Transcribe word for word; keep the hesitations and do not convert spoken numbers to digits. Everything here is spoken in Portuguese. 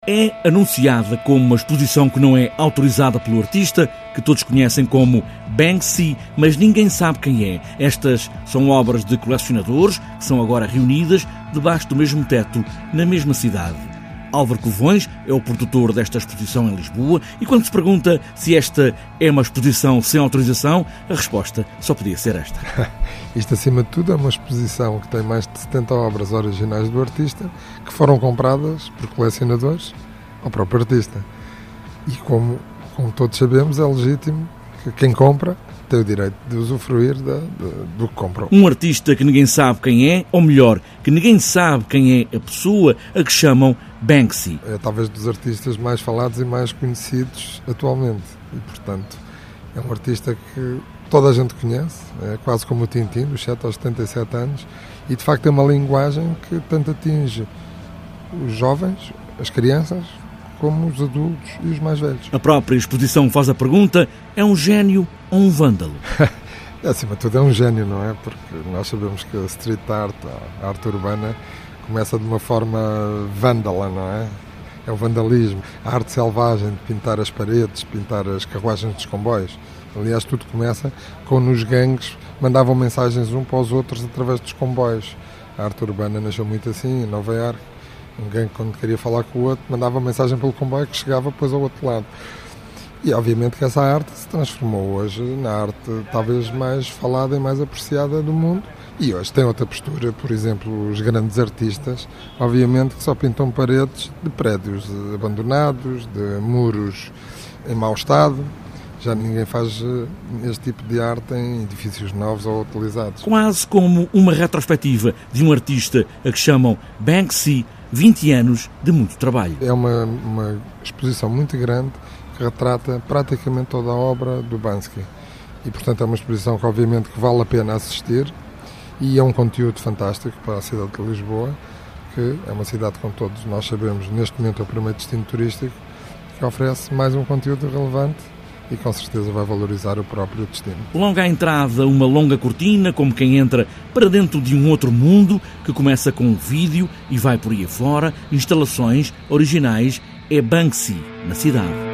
É anunciada como uma exposição que não é autorizada pelo artista, que todos conhecem como Banksy, mas ninguém sabe quem é. Estas são obras de colecionadores que são agora reunidas debaixo do mesmo teto, na mesma cidade. Álvaro Covões é o produtor desta exposição em Lisboa e quando se pergunta se esta é uma exposição sem autorização, a resposta só podia ser esta. Isto, acima de tudo, é uma exposição que tem mais de setenta obras originais do artista que foram compradas por colecionadores ao próprio artista. E como, como todos sabemos, é legítimo que quem compra tem o direito de usufruir da, de, do que comprou. Um artista que ninguém sabe quem é, ou melhor, que ninguém sabe quem é a pessoa a que chamam Banksy. É talvez dos artistas mais falados e mais conhecidos atualmente. E, portanto, é um artista que toda a gente conhece, é quase como o Tintin, dos sete aos setenta e sete anos, e de facto é uma linguagem que tanto atinge os jovens, as crianças, como os adultos e os mais velhos. A própria exposição faz a pergunta: é um gênio ou um vândalo? Acima de tudo é um gênio, não é? Porque nós sabemos que a street art, a arte urbana, começa de uma forma vândala, não é? É o vandalismo, a arte selvagem de pintar as paredes, pintar as carruagens dos comboios. Aliás, tudo começa quando os gangues mandavam mensagens uns para os outros através dos comboios. A arte urbana nasceu muito assim, em Nova Iorque. Um gangue, quando queria falar com o outro, mandava mensagem pelo comboio que chegava depois ao outro lado. E obviamente que essa arte se transformou hoje na arte talvez mais falada e mais apreciada do mundo. E hoje tem outra postura, por exemplo, os grandes artistas, obviamente que só pintam paredes de prédios abandonados, de muros em mau estado. Já ninguém faz este tipo de arte em edifícios novos ou utilizados. Quase como uma retrospectiva de um artista a que chamam Banksy, vinte anos de muito trabalho. É uma, uma exposição muito grande que retrata praticamente toda a obra do Banksy. E, portanto, é uma exposição que, obviamente, que vale a pena assistir e é um conteúdo fantástico para a cidade de Lisboa, que é uma cidade, como todos nós sabemos, neste momento é o primeiro destino turístico, que oferece mais um conteúdo relevante e com certeza vai valorizar o próprio destino. Longa a entrada, uma longa cortina, como quem entra para dentro de um outro mundo, que começa com um vídeo e vai por aí afora, instalações originais. É Banksy na cidade.